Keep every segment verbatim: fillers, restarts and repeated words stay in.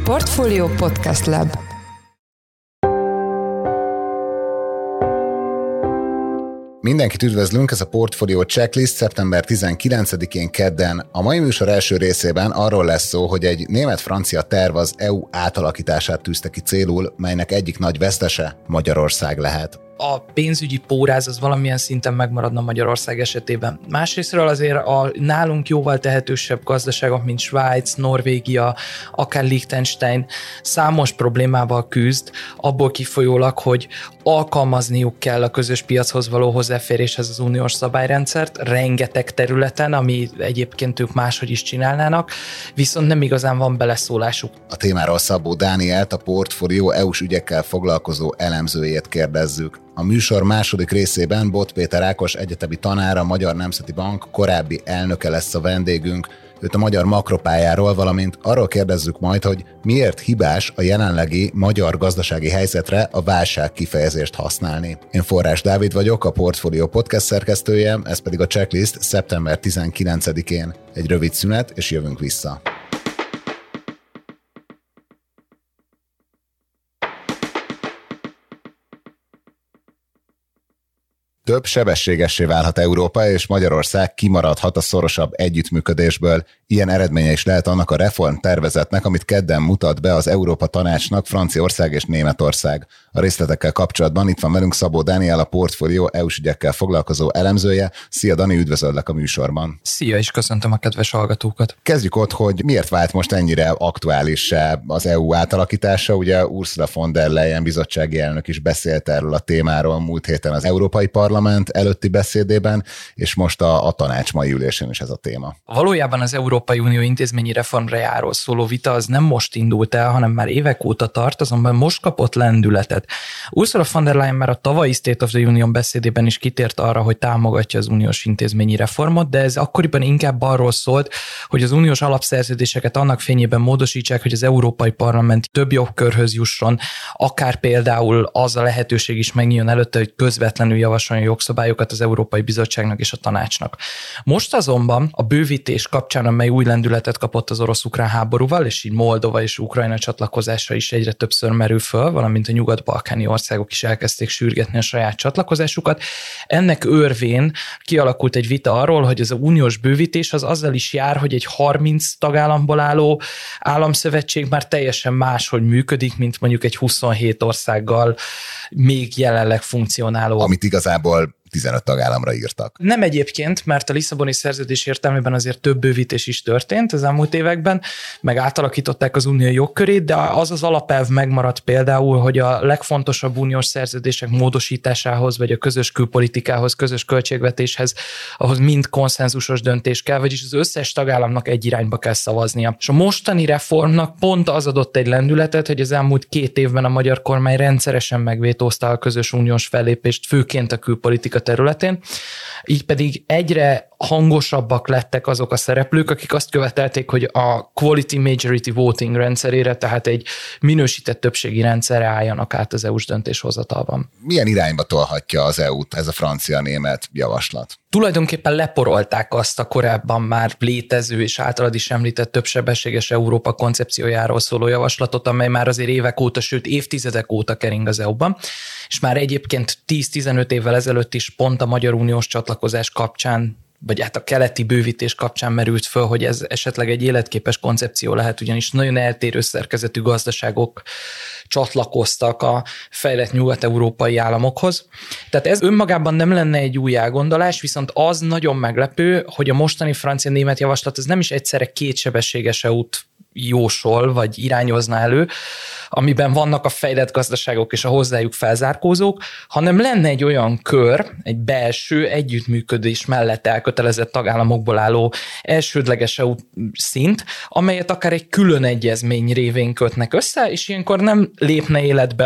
Portfolio Podcast Lab. Mindenkit üdvözlünk, ez a Portfolio Checklist szeptember tizenkilencedikén kedden. A mai műsor első részében arról lesz szó, hogy egy német-francia terv az é u átalakítását tűzte ki célul, melynek egyik nagy vesztese Magyarország lehet. A pénzügyi póráz az valamilyen szinten megmaradna Magyarország esetében. Másrésztről azért a nálunk jóval tehetősebb gazdaságok, mint Svájc, Norvégia, akár Liechtenstein számos problémával küzd, abból kifolyólag, hogy alkalmazniuk kell a közös piachoz való hozzáféréshez az uniós szabályrendszert, rengeteg területen, ami egyébként ők máshogy is csinálnának, viszont nem igazán van beleszólásuk. A témáról Szabó Dánielt, a Portfolio é u-s ügyekkel foglalkozó elemzőjét kérdezzük. A műsor második részében Bot Péter Ákos egyetemi tanára, Magyar Nemzeti Bank korábbi elnöke lesz a vendégünk. Őt a magyar makropályáról, valamint arról kérdezzük majd, hogy miért hibás a jelenlegi magyar gazdasági helyzetre a válság kifejezést használni. Én Forrás Dávid vagyok, a Portfolio podcast szerkesztője, ez pedig a checklist szeptember tizenkilencedikén. Egy rövid szünet, és jövünk vissza. Több sebességessé válhat Európa, és Magyarország kimaradhat a szorosabb együttműködésből. Ilyen eredménye is lehet annak a reformtervezetnek, amit kedden mutat be az Európa Tanácsnak Franciaország és Németország. A részletekkel kapcsolatban itt van velünk Szabó Dániel, a Portfolio é u-s ügyekkel foglalkozó elemzője. Szia Dani, üdvözöllek a műsorban. Szia, és köszöntöm a kedves hallgatókat. Kezdjük ott, hogy miért vált most ennyire aktuálissá az é u átalakítása. Ugye Ursula von der Leyen bizottsági elnök is beszélt erről a témáról múlt héten az Európai Parlament előtti beszédében, és most a, a tanács mai ülésén is ez a téma. Valójában az Európai Unió intézményi reformjáról szóló vita az nem most indult el, hanem már évek óta tart, azonban most kapott lendületet. Ursula von der Leyen már a tavalyi State of the Union beszédében is kitért arra, hogy támogatja az uniós intézményi reformot, de ez akkoriban inkább arról szólt, hogy az uniós alapszerződéseket annak fényében módosítsák, hogy az Európai Parlament több jogkörhöz jusson, akár például az a lehetőség is megnyíljon előtte, hogy közvetlenül javasoljon jogszabályokat az Európai Bizottságnak és a Tanácsnak. Most azonban a bővítés kapcsán, amely új lendületet kapott az orosz-ukrán háborúval, és így Moldova és Ukrajna csatlakozása is egyre többször merül föl, valamint a nyugat-balkáni országok is elkezdték sürgetni a saját csatlakozásukat. Ennek örvén kialakult egy vita arról, hogy ez az uniós bővítés az azzal is jár, hogy egy harminc tagállamból álló államszövetség már teljesen máshogy működik, mint mondjuk egy huszonhét országgal még jelenleg funkcionáló. Amit igazából tizenöt tagállamra írtak. Nem egyébként, mert a Lisszaboni szerződés értelmében azért több bővítés is történt az elmúlt években, meg átalakították az unió jogkörét, de az az alapelv megmaradt például, hogy a legfontosabb uniós szerződések módosításához, vagy a közös külpolitikához, közös költségvetéshez, ahhoz mind konszenzusos döntés kell, vagyis az összes tagállamnak egy irányba kell szavaznia. És a mostani reformnak pont az adott egy lendületet, hogy az elmúlt két évben a magyar kormány rendszeresen megvétózta a közös uniós fellépést, főként a külpolitika területén, így pedig egyre hangosabbak lettek azok a szereplők, akik azt követelték, hogy a Quality Majority Voting rendszerére, tehát egy minősített többségi rendszerre álljanak át az é u-s döntéshozatalban. Milyen irányba tolhatja az é u-t ez a francia-német javaslat? Tulajdonképpen leporolták azt a korábban már létező és általad is említett többsebességes Európa koncepciójáról szóló javaslatot, amely már azért évek óta, sőt évtizedek óta kering az é u-ban, és már egyébként tíz-tizenöt évvel ezelőtt is pont a Magyar Uniós csatlakozás kapcsán, vagy hát a keleti bővítés kapcsán merült föl, hogy ez esetleg egy életképes koncepció lehet, ugyanis nagyon eltérő szerkezetű gazdaságok csatlakoztak a fejlett nyugat-európai államokhoz. Tehát ez önmagában nem lenne egy új elgondolás, viszont az nagyon meglepő, hogy a mostani francia-német javaslat ez nem is egyszerre kétsebességes é u-t jósol, vagy irányozna elő, amiben vannak a fejlett gazdaságok és a hozzájuk felzárkózók, hanem lenne egy olyan kör, egy belső együttműködés mellett elkötelezett tagállamokból álló elsődleges é u szint, amelyet akár egy külön egyezmény révén kötnek össze, és ilyenkor nem lépne életbe az,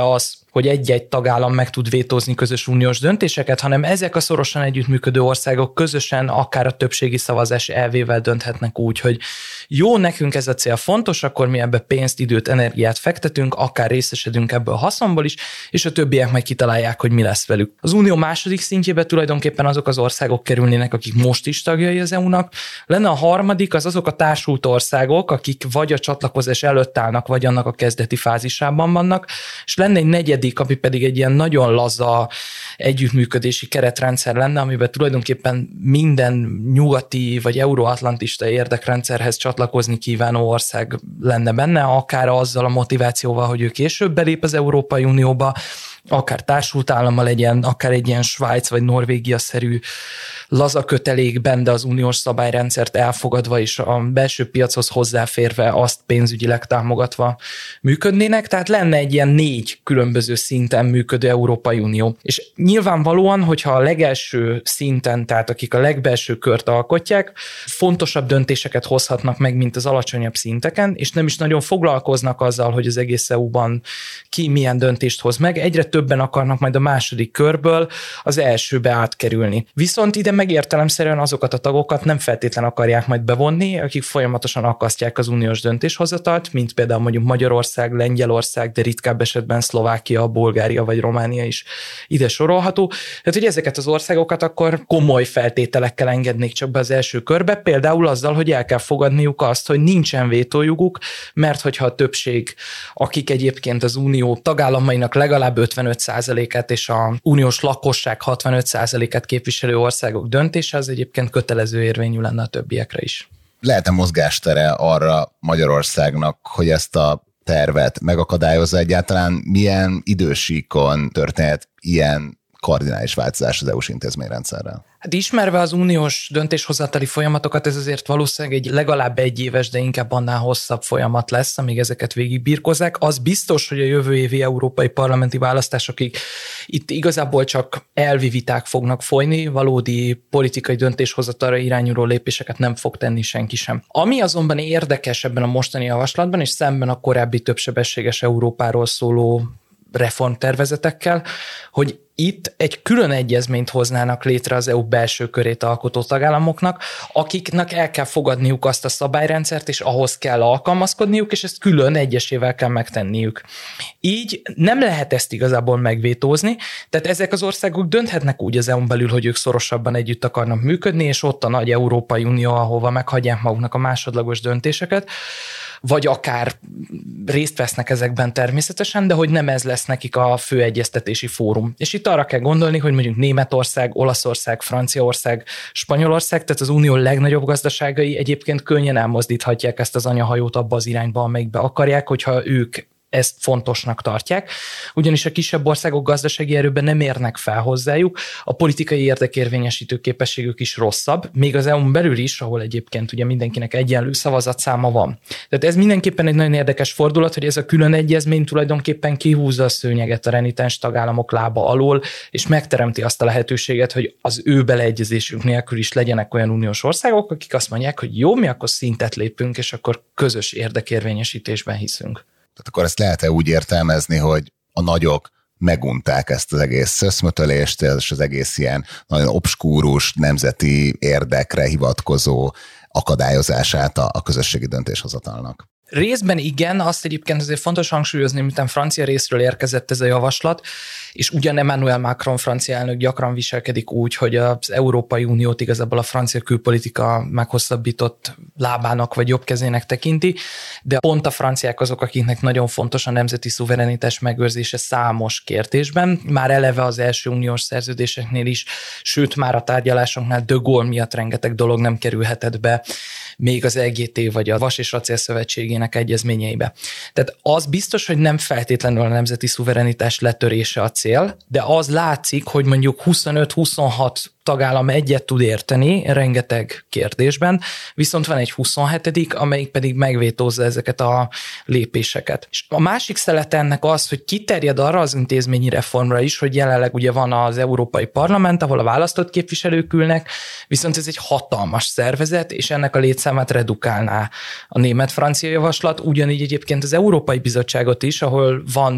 hogy egy-egy tagállam meg tud vétózni közös uniós döntéseket, hanem ezek a szorosan együttműködő országok közösen akár a többségi szavazás elvével dönthetnek úgy, hogy jó, nekünk ez a cél fontos, akkor mi ebbe pénzt, időt, energiát fektetünk, akár részesedünk ebből a haszonból is, és a többiek majd kitalálják, hogy mi lesz velük. Az unió második szintjébe tulajdonképpen azok az országok kerülnének, akik most is tagjai az é u-nak. Lenne a harmadik, az azok a társult országok, akik vagy a csatlakozás előtt állnak, vagy annak a kezdeti fázisában vannak, és lenne egy negyedik, ami pedig egy ilyen nagyon laza együttműködési keretrendszer lenne, amiben tulajdonképpen minden nyugati vagy euróatlantista érdekrendszerhez csatlakozni kívánó ország lenne benne, akár azzal a motivációval, hogy ő később belép az Európai Unióba, akár társult állama legyen, akár egy ilyen Svájc vagy Norvégia-szerű laza kötelékben, de az uniós szabályrendszert elfogadva és a belső piachoz hozzáférve azt pénzügyileg támogatva működnének, tehát lenne egy ilyen négy különböző szinten működő Európai Unió. És nyilvánvalóan, hogyha a legelső szinten, tehát akik a legbelső kört alkotják, fontosabb döntéseket hozhatnak meg, mint az alacsonyabb szinteken, és nem is nagyon foglalkoznak azzal, hogy az egész é u-ban ki milyen döntést hoz meg, egyre többen akarnak majd a második körből az elsőbe átkerülni. Viszont ide meg értelemszerűen azokat a tagokat nem feltétlen akarják majd bevonni, akik folyamatosan akasztják az uniós döntéshozatalt, mint például mondjuk Magyarország, Lengyelország, de ritkább esetben Szlovákia, Bulgária vagy Románia is ide sorolható. Tehát, hogy ezeket az országokat akkor komoly feltételekkel engednék csak be az első körbe, például azzal, hogy el kell fogadniuk azt, hogy nincsen vétójoguk, mert hogyha a többség, akik egyébként az unió tagállamainak legalább ötvenöt százalékát és a uniós lakosság hatvanöt százalékát képviselő országok döntése, az egyébként kötelező érvényű lenne a többiekre is. Lehet-e mozgástere arra Magyarországnak, hogy ezt a tervet megakadályozza egyáltalán? Milyen idősíkon történhet ilyen kardinális változás az é u-s intézményrendszerrel? Hát ismerve az uniós döntéshozatali folyamatokat, ez azért valószínűleg egy legalább egy éves, de inkább annál hosszabb folyamat lesz, amíg ezeket végigbirkozzák. Az biztos, hogy a jövő évi európai parlamenti választásokig itt igazából csak elvi viták fognak folyni, valódi politikai döntéshozatalra irányuló lépéseket nem fog tenni senki sem. Ami azonban érdekes ebben a mostani javaslatban, és szemben a korábbi többsebességes Európáról szóló reformtervezetekkel, hogy itt egy külön egyezményt hoznának létre az é u belső körét alkotó tagállamoknak, akiknek el kell fogadniuk azt a szabályrendszert, és ahhoz kell alkalmazkodniuk, és ezt külön egyesével kell megtenniük. Így nem lehet ezt igazából megvétózni, tehát ezek az országok dönthetnek úgy az é u-n belül, hogy ők szorosabban együtt akarnak működni, és ott a nagy Európai Unió, ahova meghagyják maguknak a másodlagos döntéseket, vagy akár részt vesznek ezekben természetesen, de hogy nem ez lesz nekik a fő egyeztetési fórum. És itt arra kell gondolni, hogy mondjuk Németország, Olaszország, Franciaország, Spanyolország, tehát az unió legnagyobb gazdaságai egyébként könnyen elmozdíthatják ezt az anyahajót abba az irányba, amelyikbe akarják, hogyha ők ezt fontosnak tartják, ugyanis a kisebb országok gazdasági erőben nem érnek fel hozzájuk, a politikai érdekérvényesítő képességük is rosszabb, még az é u-n belül is, ahol egyébként ugye mindenkinek egyenlő szavazatszáma van. Tehát ez mindenképpen egy nagyon érdekes fordulat, hogy ez a külön egyezmény tulajdonképpen kihúzza a szőnyeget a renitens tagállamok lába alól, és megteremti azt a lehetőséget, hogy az ő beleegyezésünk nélkül is legyenek olyan uniós országok, akik azt mondják, hogy jó, mi akkor szintet lépünk, és akkor közös érdekérvényesítésben hiszünk. Tehát akkor ezt lehet-e úgy értelmezni, hogy a nagyok megunták ezt az egész szöszmötölést, és az egész ilyen nagyon obskúrus, nemzeti érdekre hivatkozó akadályozását a, a közösségi döntéshozatalnak? Részben igen, azt egyébként azért fontos hangsúlyozni, miután francia részről érkezett ez a javaslat, és ugyan Emmanuel Macron francia elnök gyakran viselkedik úgy, hogy az Európai Uniót igazából a francia külpolitika meghosszabbított lábának vagy jobb kezének tekinti, de pont a franciák azok, akiknek nagyon fontos a nemzeti szuverenitás megőrzése számos kérdésben, már eleve az első uniós szerződéseknél is, sőt már a tárgyalásoknál de Gaulle miatt rengeteg dolog nem kerülhetett be, még az é gé té vagy a Vas és Acél Szövetségének egyezményeibe. Tehát az biztos, hogy nem feltétlenül a nemzeti szuverenitás letörése a cél, de az látszik, hogy mondjuk huszonöt-huszonhat tagállam egyet tud érteni rengeteg kérdésben, viszont van egy huszonhetedik, amelyik pedig megvétózza ezeket a lépéseket. És a másik szelete ennek az, hogy kiterjed arra az intézményi reformra is, hogy jelenleg ugye van az Európai Parlament, ahol a választott képviselők ülnek, viszont ez egy hatalmas szervezet, és ennek a létszámát redukálná a német-francia javaslat, ugyanígy egyébként az Európai Bizottságot is, ahol van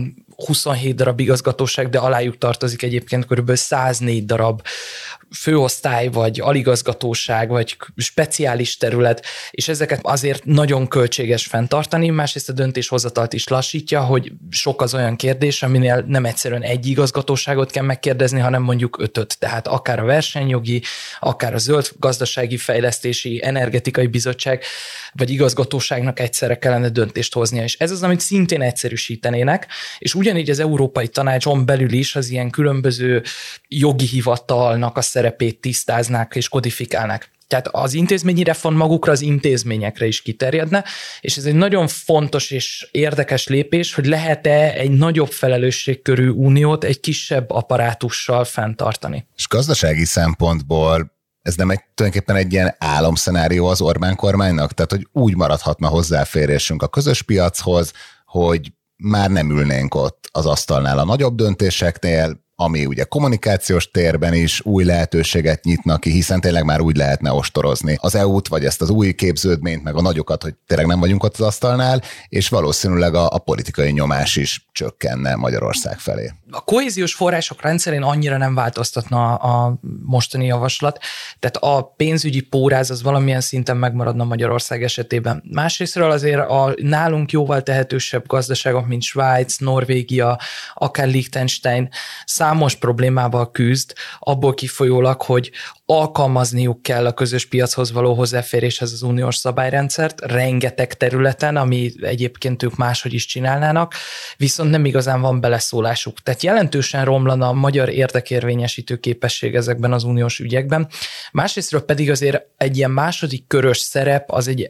huszonhét darab igazgatóság, de alájuk tartozik egyébként körülbelül száznégy darab főosztály, vagy aligazgatóság, vagy speciális terület, és ezeket azért nagyon költséges fenntartani, másrészt a döntéshozatalt is lassítja, hogy sok az olyan kérdés, aminél nem egyszerűen egy igazgatóságot kell megkérdezni, hanem mondjuk ötöt, tehát akár a versenyjogi, akár a zöld gazdasági fejlesztési, energetikai bizottság, vagy igazgatóságnak egyszerre kellene döntést hoznia, és ez az, amit szintén egyszerűsítenének, és ugyanígy az Európai Tanácson belül is az ilyen különböző jogi hivatalnak a szerepét tisztáznák és kodifikálnák. Tehát az intézményi reform magukra, az intézményekre is kiterjedne, és ez egy nagyon fontos és érdekes lépés, hogy lehet-e egy nagyobb felelősségkörű uniót egy kisebb apparátussal fenntartani. És gazdasági szempontból ez nem egy, tulajdonképpen egy ilyen álomszenárió az Orbán kormánynak? Tehát, hogy úgy maradhatna hozzáférésünk a közös piachoz, hogy már nem ülnénk ott az asztalnál a nagyobb döntéseknél, ami ugye kommunikációs térben is új lehetőséget nyitnak ki, hiszen tényleg már úgy lehetne ostorozni az é u-t, vagy ezt az új képződményt, meg a nagyokat, hogy tényleg nem vagyunk ott az asztalnál, és valószínűleg a, a politikai nyomás is csökkenne Magyarország felé. A kohéziós források rendszerén annyira nem változtatna a mostani javaslat, tehát a pénzügyi póráz az valamilyen szinten megmaradna Magyarország esetében. Másrésztről azért a nálunk jóval tehetősebb gazdaságok, mint Svájc, Norvégia, akár Liechtenstein számos problémával küzd, abból kifolyólag, hogy alkalmazniuk kell a közös piachoz való hozzáféréshez az uniós szabályrendszert rengeteg területen, ami egyébként ők máshogy is csinálnának, viszont nem igazán van beleszólásuk. Tehát jelentősen romlana a magyar érdekérvényesítő képesség ezekben az uniós ügyekben. Másrésztről pedig azért egy ilyen második körös szerep az egy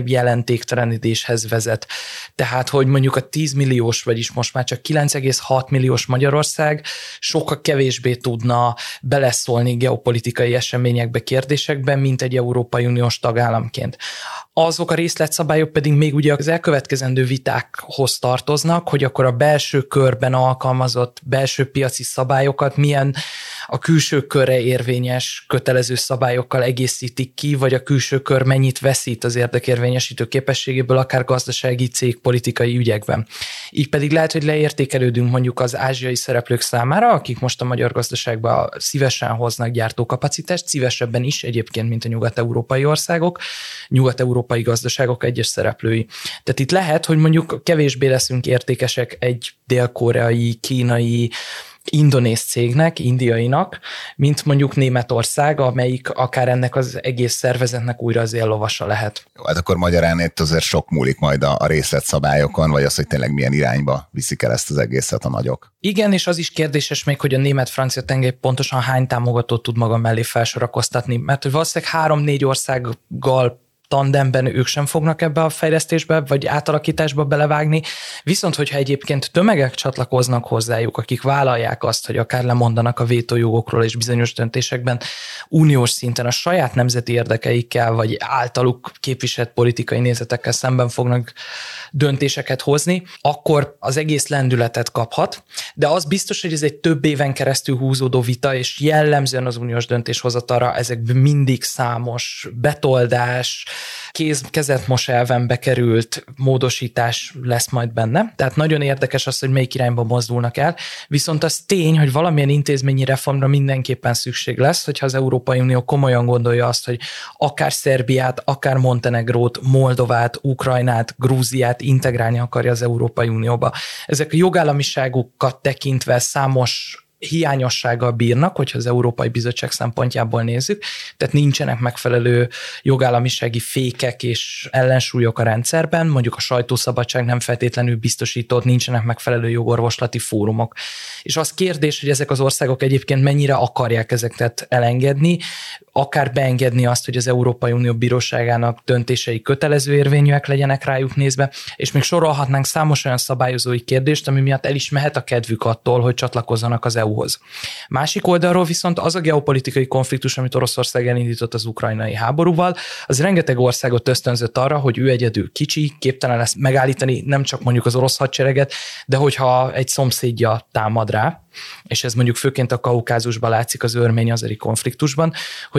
eljelentéktelenedéshez vezet. Tehát, hogy mondjuk a tíz milliós, vagyis most már csak kilenc egész hat milliós Magyarország sokkal kevésbé tudna beleszólni geopolitikai eseményekbe, kérdésekben, mint egy Európai Uniós tagállamként. Azok a részletszabályok pedig még ugye az elkövetkezendő vitákhoz tartoznak, hogy akkor a belső körben alkalmazott belső piaci szabályokat milyen a külső körre érvényes kötelező szabályokkal egészítik ki, vagy a külső kör mennyit veszít az érdekérvényesítő képességéből, akár gazdasági, cégpolitikai ügyekben. Így pedig lehet, hogy leértékelődünk mondjuk az ázsiai szereplők számára, akik most a magyar gazdaságba szívesen hoznak gyártókapacitást, szívesebben is egyébként, mint a nyugat-európai országok, nyugat-európai gazdaságok egyes szereplői. Tehát itt lehet, hogy mondjuk kevésbé leszünk értékesek egy dél-koreai, kínai, indonéz cégnek, indiainak, mint mondjuk Németország, amelyik akár ennek az egész szervezetnek újra az éllovasa lehet. Jó, hát akkor magyarán itt azért sok múlik majd a, a részletszabályokon, vagy az, hogy tényleg milyen irányba viszik el ezt az egészet a nagyok. Igen, és az is kérdéses még, hogy a német-francia tengely pontosan hány támogatót tud maga mellé felsorakoztatni, mert hogy valószínűleg három-négy országgal tandemben ők sem fognak ebbe a fejlesztésbe, vagy átalakításba belevágni. Viszont, hogyha egyébként tömegek csatlakoznak hozzájuk, akik vállalják azt, hogy akár lemondanak a vétójogokról és bizonyos döntésekben uniós szinten a saját nemzeti érdekeikkel, vagy általuk képviselt politikai nézetekkel szemben fognak döntéseket hozni, akkor az egész lendületet kaphat, de az biztos, hogy ez egy több éven keresztül húzódó vita, és jellemzően az uniós döntéshozatalra ezekben mindig számos betoldás, kéz, kezetmos elven bekerült módosítás lesz majd benne. Tehát nagyon érdekes az, hogy melyik irányba mozdulnak el, viszont az tény, hogy valamilyen intézményi reformra mindenképpen szükség lesz, hogyha az Európai Unió komolyan gondolja azt, hogy akár Szerbiát, akár Montenegrót, Moldovát, Ukrajnát, Grúziát integrálni akarja az Európai Unióba. Ezek a jogállamiságukat tekintve számos hiányossággal bírnak, hogyha az Európai Bizottság szempontjából nézzük, tehát nincsenek megfelelő jogállamisági fékek és ellensúlyok a rendszerben, mondjuk a sajtószabadság nem feltétlenül biztosított, nincsenek megfelelő jogorvoslati fórumok. És az kérdés, hogy ezek az országok egyébként mennyire akarják ezeket elengedni, akár beengedni azt, hogy az Európai Unió bíróságának döntései kötelező érvényűek legyenek rájuk nézve, és még sorolhatnánk számos olyan szabályozói kérdést, ami miatt el is mehet a kedvük attól, hogy csatlakozzanak az é u-hoz. Másik oldalról viszont az a geopolitikai konfliktus, amit Oroszország elindított az ukrajnai háborúval, az rengeteg országot ösztönzött arra, hogy ő egyedül kicsi, képtelen lesz megállítani nem csak mondjuk az orosz hadsereget, de hogyha egy szomszédja támad rá, és ez mondjuk főként a Kaukázusban látszik az örmény-azeri konfliktusban, hogy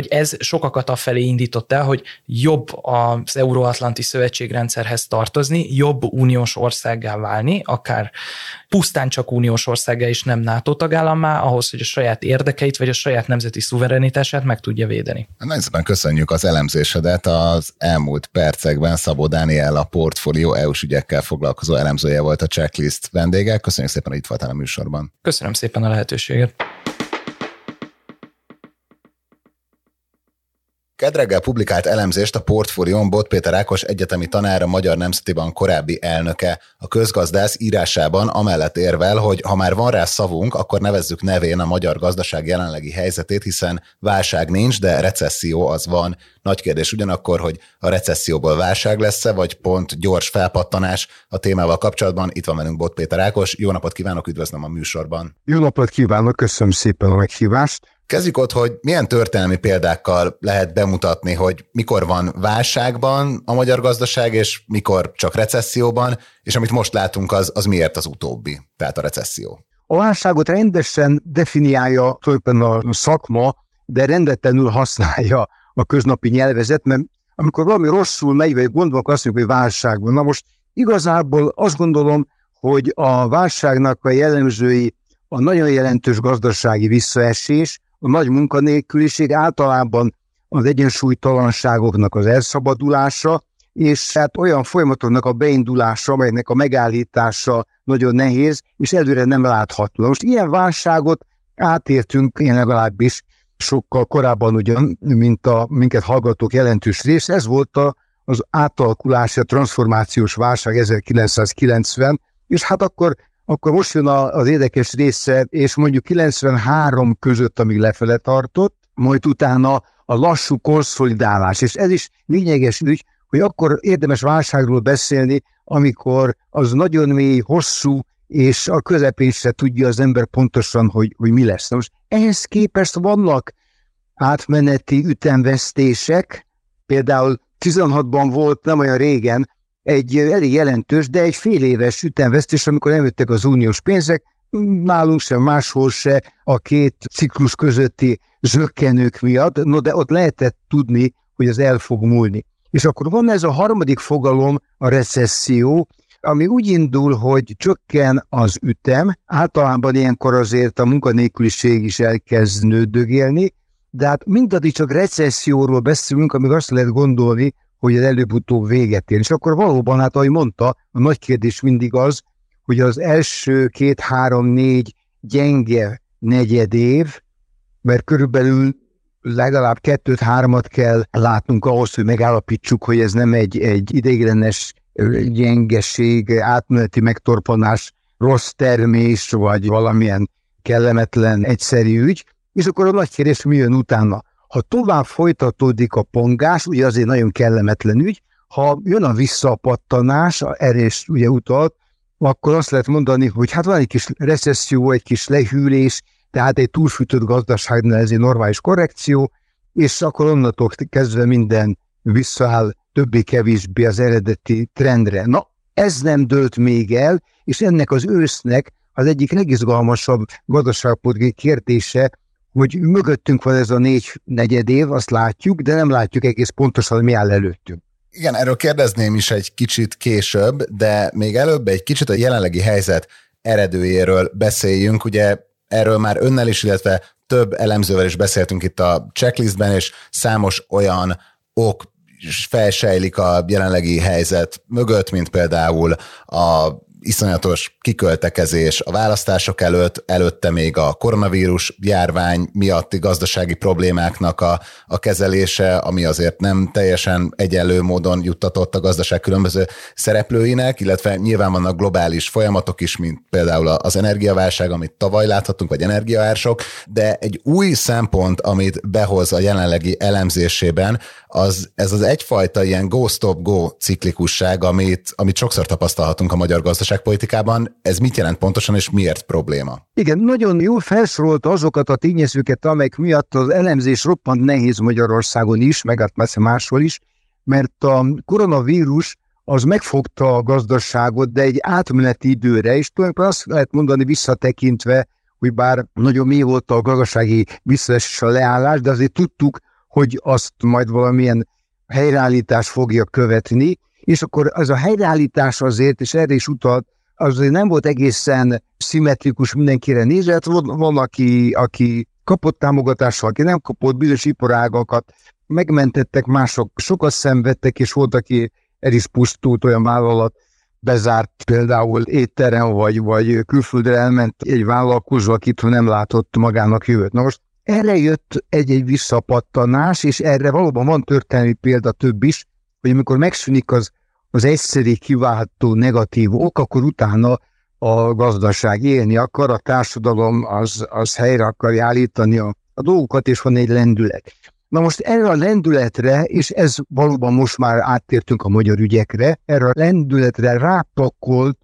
ez sokakat afelé indított el, hogy jobb az Euróatlanti Szövetségrendszerhez tartozni, jobb uniós országgá válni, akár pusztán csak uniós országgá és nem NATO tagállammá, ahhoz, hogy a saját érdekeit vagy a saját nemzeti szuverenitását meg tudja védeni. Nagyon szépen köszönjük az elemzésedet. Az elmúlt percekben Szabó Dániel, a Portfolio é u-s ügyekkel foglalkozó elemzője volt a Checklist vendége. Köszönjük szépen, hogy itt voltál a műsorban. Köszönöm szépen a lehetőséget. Kedd reggel publikált elemzést a Portfólión Bot Péter Ákos egyetemi tanár, a Magyar Nemzeti Bank korábbi elnöke. A közgazdász írásában amellett érvel, hogy ha már van rá szavunk, akkor nevezzük nevén a magyar gazdaság jelenlegi helyzetét, hiszen válság nincs, de recesszió az van. Nagy kérdés ugyanakkor, hogy a recesszióból válság lesz-e, vagy pont gyors felpattanás a témával kapcsolatban. Itt van velünk Bot Péter Ákos. Jó napot kívánok, üdvözlöm a műsorban. Jó napot kívánok, köszönöm szépen a meghívást. Kezdjük ott, hogy milyen történelmi példákkal lehet bemutatni, hogy mikor van válságban a magyar gazdaság, és mikor csak recesszióban, és amit most látunk, az, az miért az utóbbi, tehát a recesszió. A válságot rendesen definiálja tulajdonképpen a szakma, de rendetlenül használja a köznapi nyelvezet, mert amikor valami rosszul megy, vagy gondolok, azt mondjuk, hogy válság van. Na most igazából azt gondolom, hogy a válságnak a jellemzői a nagyon jelentős gazdasági visszaesés, a nagy munkanélküliség, általában az egyensúlytalanságoknak az elszabadulása, és hát olyan folyamatoknak a beindulása, amelynek a megállítása nagyon nehéz, és előre nem látható. Most ilyen válságot átértünk, én legalábbis sokkal korábban ugyan, mint a minket hallgatók jelentős rész. Ez volt a, az átalakulási, a transformációs válság ezerkilencszázkilencven, és hát akkor akkor most jön az érdekes része, és mondjuk kilencvenhárom között, amíg lefele tartott, majd utána a lassú konszolidálás. És ez is lényeges ügy, hogy akkor érdemes válságról beszélni, amikor az nagyon mély, hosszú, és a közepén se tudja az ember pontosan, hogy, hogy mi lesz. Na most ehhez képest vannak átmeneti ütemvesztések, például tizenhatban volt, nem olyan régen, egy elég jelentős, de egy fél éves ütemvesztés, amikor nem jöttek az uniós pénzek, nálunk sem, máshol se a két ciklus közötti zsökkenők miatt, no de ott lehetett tudni, hogy az el fog múlni. És akkor van ez a harmadik fogalom, a recesszió, ami úgy indul, hogy csökken az ütem, általában ilyenkor azért a munkanélküliség is elkezd nődögélni, de hát mindaddig csak recesszióról beszélünk, amíg azt lehet gondolni, hogy az előbb-utóbb véget ér. És akkor valóban, hát ahogy mondta, a nagy kérdés mindig az, hogy az első két-három-négy gyenge negyed év, mert körülbelül legalább kettőt-háromat kell látnunk ahhoz, hogy megállapítsuk, hogy ez nem egy, egy ideiglenes gyengeség, átmeneti megtorpanás, rossz termés, vagy valamilyen kellemetlen egyszerű ügy, és akkor a nagy kérdés, mi jön utána. Ha tovább folytatódik a pongás, ugye azért nagyon kellemetlen ügy, ha jön a visszapattanás, erre is ugye utalt, akkor azt lehet mondani, hogy hát van egy kis recesszió, egy kis lehűlés, tehát egy túlfűtött gazdaságnál ez egy normális korrekció, és akkor onnantól kezdve minden visszaáll többé-kevésbé az eredeti trendre. Na, ez nem dőlt még el, és ennek az ősznek az egyik legizgalmasabb gazdaságpolitikai kérdése, hogy mögöttünk van ez a négy negyed év, azt látjuk, de nem látjuk egész pontosan, mi áll előttünk. Igen, erről kérdezném is egy kicsit később, de még előbb egy kicsit a jelenlegi helyzet eredőjéről beszéljünk. Ugye erről már önnel is, illetve több elemzővel is beszéltünk itt a checklistben, és számos olyan ok felsejlik a jelenlegi helyzet mögött, mint például a iszonyatos kiköltekezés a választások előtt, előtte még a koronavírus járvány miatti gazdasági problémáknak a, a kezelése, ami azért nem teljesen egyenlő módon juttatott a gazdaság különböző szereplőinek, illetve nyilván vannak globális folyamatok is, mint például az energiaválság, amit tavaly láthattunk, vagy energiaársok, de egy új szempont, amit behoz a jelenlegi elemzésében, az ez az egyfajta ilyen go-stop-go ciklikusság, amit, amit sokszor tapasztalhatunk a magyar gazdaságpolitikában. Ez mit jelent pontosan, és miért probléma? Igen, nagyon jól felsorolta azokat a tényezőket, amelyek miatt az elemzés roppant nehéz Magyarországon is, meg hát messze máshol is, mert a koronavírus az megfogta a gazdaságot, de egy átmeneti időre, és tulajdonképpen azt lehet mondani visszatekintve, hogy bár nagyon mély volt a gazdasági visszaesés, a leállás, de azért tudtuk, hogy azt majd valamilyen helyreállítás fogja követni, és akkor az a helyreállítás azért, és erre is utalt, azért nem volt egészen szimmetrikus mindenkire nézve, van, van aki, aki kapott támogatással, aki nem kapott, bizonyos iparágakat megmentettek, mások sokat szenvedtek, és volt, aki el is pusztult, olyan vállalat bezárt például étterem, vagy, vagy külföldre elment egy vállalkozó, akit nem látott magának jövőt. Na most erre jött egy-egy visszapattanás, és erre valóban van történelmi példa több is, hogy amikor megszűnik az, az egyszeri kiváltó negatív ok, akkor utána a gazdaság élni akar, a társadalom az, az helyre akarja állítani a, a dolgokat, és van egy lendület. Na most erre a lendületre, és ez valóban most már áttértünk a magyar ügyekre, erre a lendületre rápakolt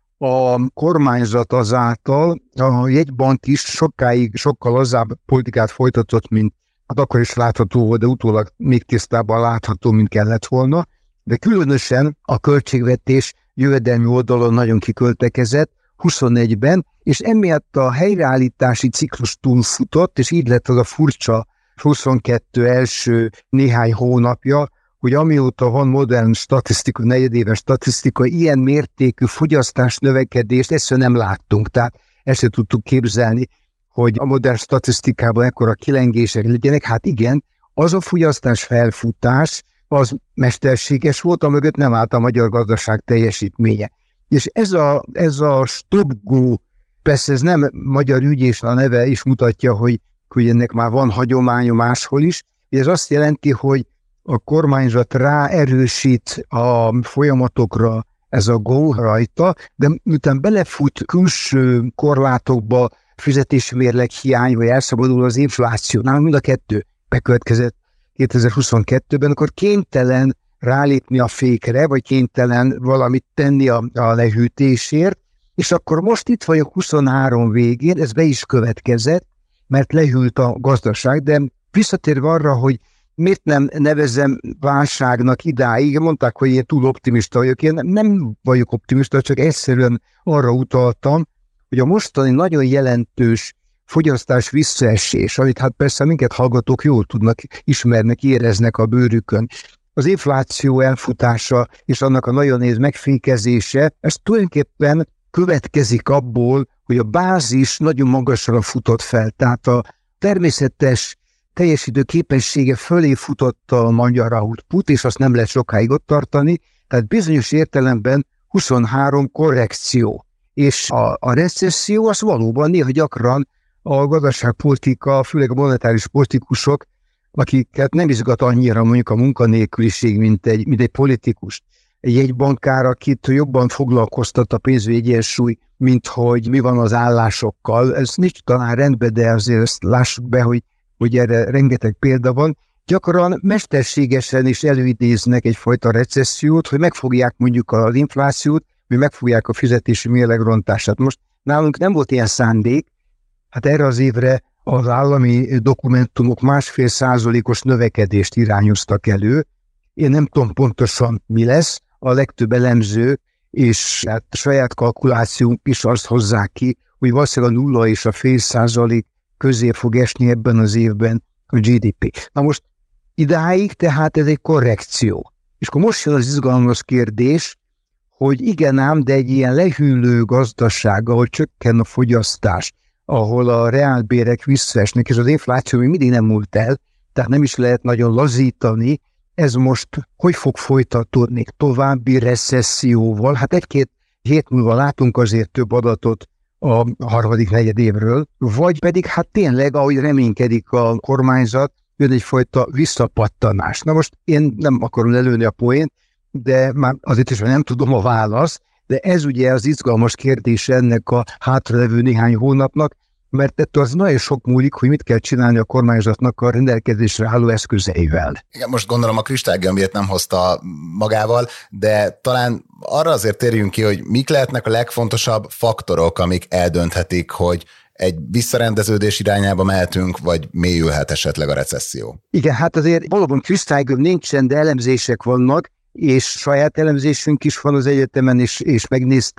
a kormányzat azáltal, a jegybank is sokáig sokkal lazább politikát folytatott, mint hát akkor is látható volt, de utólag még tisztában látható, mint kellett volna, de különösen a költségvetés jövedelmi oldalon nagyon kiköltekezett huszonegyben, és emiatt a helyreállítási ciklus túlfutott, és így lett az a furcsa huszonkettő első néhány hónapja, hogy amióta van modern statisztika, negyedéves statisztika, ilyen mértékű fogyasztás növekedést egyszerűen nem láttunk. Tehát ezt sem tudtuk képzelni, hogy a modern statisztikában ekkora kilengések legyenek. Hát igen, az a fogyasztás felfutás, az mesterséges volt, amögött nem állt a magyar gazdaság teljesítménye. És ez a, ez a stop-go, persze ez nem magyar ügy, és a neve is mutatja, hogy, hogy ennek már van hagyománya máshol is, és ez azt jelenti, hogy a kormányzat ráerősít a folyamatokra, ez a go rajta, de miután belefut külső korlátokba, fizetési mérleg hiány, vagy elszabadul az infláció, nálunk mind a kettő bekövetkezett kétezer-huszonkettőben, akkor kénytelen rálépni a fékre, vagy kénytelen valamit tenni a, a lehűtésért, és akkor most itt vagyok huszonhárom végén, ez be is következett, mert lehűlt a gazdaság, de visszatérve arra, hogy miért nem nevezem válságnak idáig, mondták, hogy én túl optimista vagyok, én nem vagyok optimista, csak egyszerűen arra utaltam, hogy a mostani nagyon jelentős fogyasztás visszaesés, amit hát persze minket hallgatók jól tudnak, ismernek, éreznek a bőrükön, az infláció elfutása és annak a nagyon nehéz megfékezése, ez tulajdonképpen következik abból, hogy a bázis nagyon magasra futott fel, tehát a természetes teljesítő képessége fölé futott a magyar output, és azt nem lehet sokáig ott tartani, tehát bizonyos értelemben huszonhárom korrekció, és a, a recesszió az valóban néha gyakran a gazdaságpolitika, főleg a monetáris politikusok, akiket nem izgat annyira mondjuk a munkanélküliség, mint egy, mint egy politikus. Egy jegybankár, akit jobban foglalkoztat a pénzügyi egyensúly, mint hogy mi van az állásokkal. Ez nincs talán rendben, de azért ezt lássuk be, hogy, hogy erre rengeteg példa van. Gyakran mesterségesen is előidéznek egyfajta recessziót, hogy megfogják mondjuk az inflációt, vagy megfogják a fizetési mérlegrontását. Most nálunk nem volt ilyen szándék, hát erre az évre az állami dokumentumok másfél százalékos növekedést irányoztak elő. Én nem tudom pontosan mi lesz, a legtöbb elemző és hát saját kalkulációnk is azt hozzák ki, hogy valószínűleg a nulla és a fél százalék közé fog esni ebben az évben a gé dé pé. Na most idáig tehát ez egy korrekció. És akkor most jön az izgalmas kérdés, hogy igen ám, de egy ilyen lehűlő gazdaság, ahol csökken a fogyasztás, ahol a reálbérek visszaesnek, és az infláció még mindig nem múlt el, tehát nem is lehet nagyon lazítani, ez most hogy fog folytatódni további recesszióval? Hát egy-két hét múlva látunk azért több adatot a harmadik negyed évről, vagy pedig hát tényleg, ahogy reménykedik a kormányzat, jön egyfajta visszapattanás. Na most én nem akarom lelőni a poént, de már azért is, hogy nem tudom a választ, de ez ugye az izgalmas kérdés ennek a hátralevő néhány hónapnak, mert ettől az nagyon sok múlik, hogy mit kell csinálni a kormányzatnak a rendelkezésre álló eszközeivel. Igen, most gondolom a kristálygömbjét nem hozta magával, de talán arra azért térjünk ki, hogy mik lehetnek a legfontosabb faktorok, amik eldönthetik, hogy egy visszarendeződés irányába mehetünk, vagy mélyülhet esetleg a recesszió. Igen, hát azért valóban kristálygömb nincsen, de elemzések vannak, és saját elemzésünk is van az egyetemen, és, és megnéztem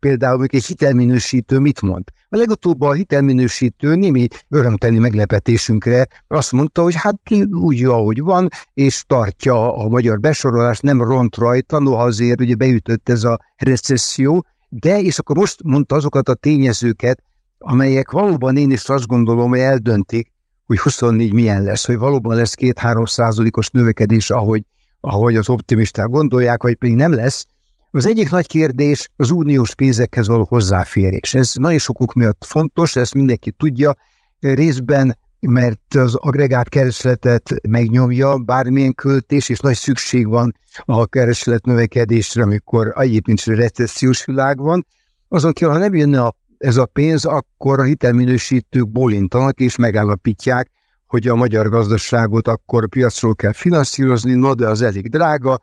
például egy hitelminősítő mit mond. A legutóbb a hitelminősítő némi örömteli meglepetésünkre azt mondta, hogy hát úgy jó, ahogy van, és tartja a magyar besorolást, nem ront rajta, noha azért ugye beütött ez a recesszió, de és akkor most mondta azokat a tényezőket, amelyek valóban én is azt gondolom, hogy eldöntik, hogy huszonnégy milyen lesz, hogy valóban lesz két-három százalékos növekedés, ahogy, ahogy az optimisták gondolják, vagy pedig nem lesz. Az egyik nagy kérdés az uniós pénzekhez való hozzáférés. Ez nagyon sokuk miatt fontos, ezt mindenki tudja, részben, mert az agregált keresletet megnyomja bármilyen költés, és nagy szükség van a kereslet növekedésre, amikor egyébként recessziós világ van. Azon kívül, ha nem jönne a, ez a pénz, akkor a hitelminősítők bólintanak, és megállapítják, hogy a magyar gazdaságot akkor piacról kell finanszírozni, no de az elég drága,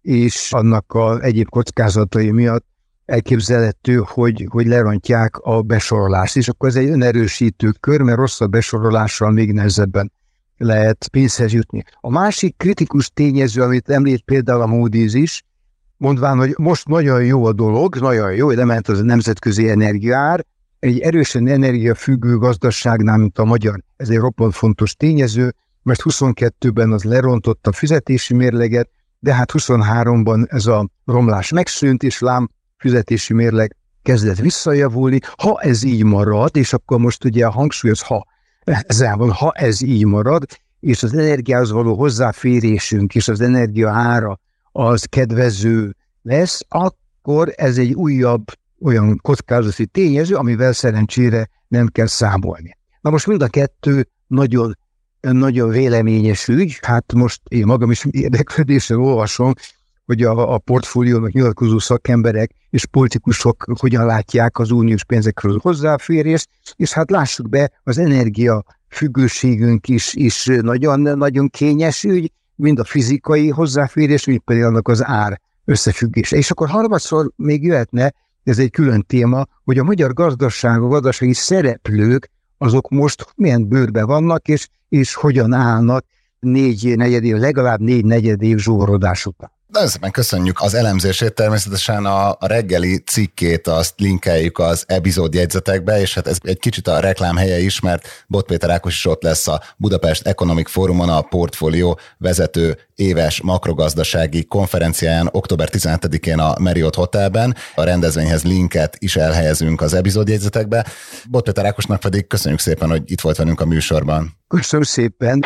és annak az egyéb kockázatai miatt elképzelhető, hogy, hogy lerontják a besorolást, és akkor ez egy önerősítő kör, mert rosszabb besorolással még nehezebben lehet pénzhez jutni. A másik kritikus tényező, amit említ például a Moody's is, mondván, hogy most nagyon jó a dolog, nagyon jó, hogy lement az a nemzetközi energiaár, egy erősen energiafüggő gazdaságnál, mint a magyar, ez egy roppant fontos tényező, mert huszonkettőben az lerontott a fizetési mérleget, de hát huszonháromban ez a romlás megszűnt, és lám fizetési mérleg kezdett visszajavulni. Ha ez így marad, és akkor most ugye a hangsúlyos, ha ezzel van, ha ez így marad, és az energiához való hozzáférésünk, és az energia ára az kedvező lesz, akkor ez egy újabb olyan kockázati tényező, amivel szerencsére nem kell számolni. Na most mind a kettő nagyon, nagyon véleményes ügy, hát most én magam is érdeklődéssel olvasom, hogy a, a portfóliónak nyilatkozó szakemberek és politikusok hogyan látják az uniós pénzekről hozzáférést, és hát lássuk be, az energia függőségünk is, is nagyon, nagyon kényes ügy, mind a fizikai hozzáférés, mind pedig annak az ár összefüggése. És akkor harmadszor még jöhetne, ez egy külön téma, hogy a magyar gazdaság, a gazdasági szereplők, azok most milyen bőrben vannak, és, és hogyan állnak négy negyed év, legalább négy negyed év zsugorodás után. Nagyon szépen köszönjük az elemzését, természetesen a, a reggeli cikkét azt linkeljük az epizódjegyzetekbe, és hát ez egy kicsit a reklám helye is, mert Bot Péter Ákos is ott lesz a Budapest Economic Forumon, a Portfólió vezető éves makrogazdasági konferenciáján október tizenhetedikén a Marriott Hotelben. A rendezvényhez linket is elhelyezünk az epizódjegyzetekbe. Bot Péter Ákosnak pedig köszönjük szépen, hogy itt volt velünk a műsorban. Köszönöm szépen!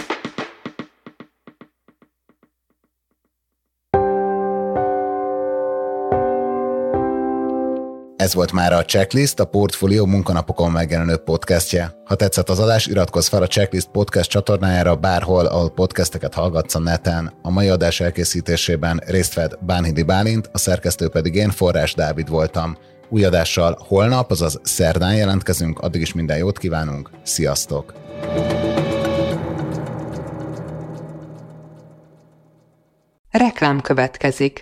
Ez volt már a Checklist, a Portfólió munkanapokon megjelenő podcastje. Ha tetszett az adás, iratkozz fel a Checklist podcast csatornájára bárhol, ahol podcasteket hallgatsz a neten. A mai adás elkészítésében részt vett Bánhidi Bálint, a szerkesztő pedig én, Forrás Dávid voltam. Új adással holnap, azaz szerdán jelentkezünk, addig is minden jót kívánunk, sziasztok! Reklám következik.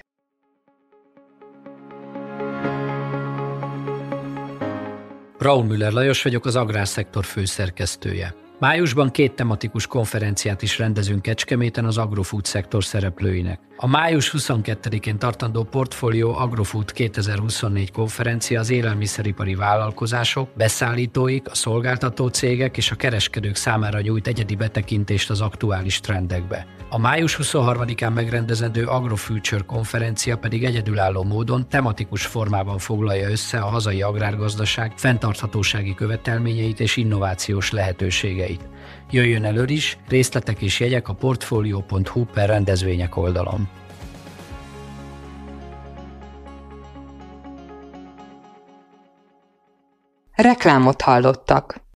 Braun Müller Lajos vagyok, az Agrárszektor főszerkesztője. Májusban két tematikus konferenciát is rendezünk Kecskeméten az agrofood szektor szereplőinek. A május huszonkettedikén tartandó Portfólió Agrofood kétezer-huszonnégy konferencia az élelmiszeripari vállalkozások, beszállítóik, a szolgáltató cégek és a kereskedők számára nyújt egyedi betekintést az aktuális trendekbe. A május huszonharmadikán megrendezendő AgroFuture konferencia pedig egyedülálló módon tematikus formában foglalja össze a hazai agrárgazdaság fenntarthatósági követelményeit és innovációs lehetőségeit. Jöjjön elő is, részletek és jegyek a portfolio pont hu per rendezvények oldalon. Reklámot hallottak.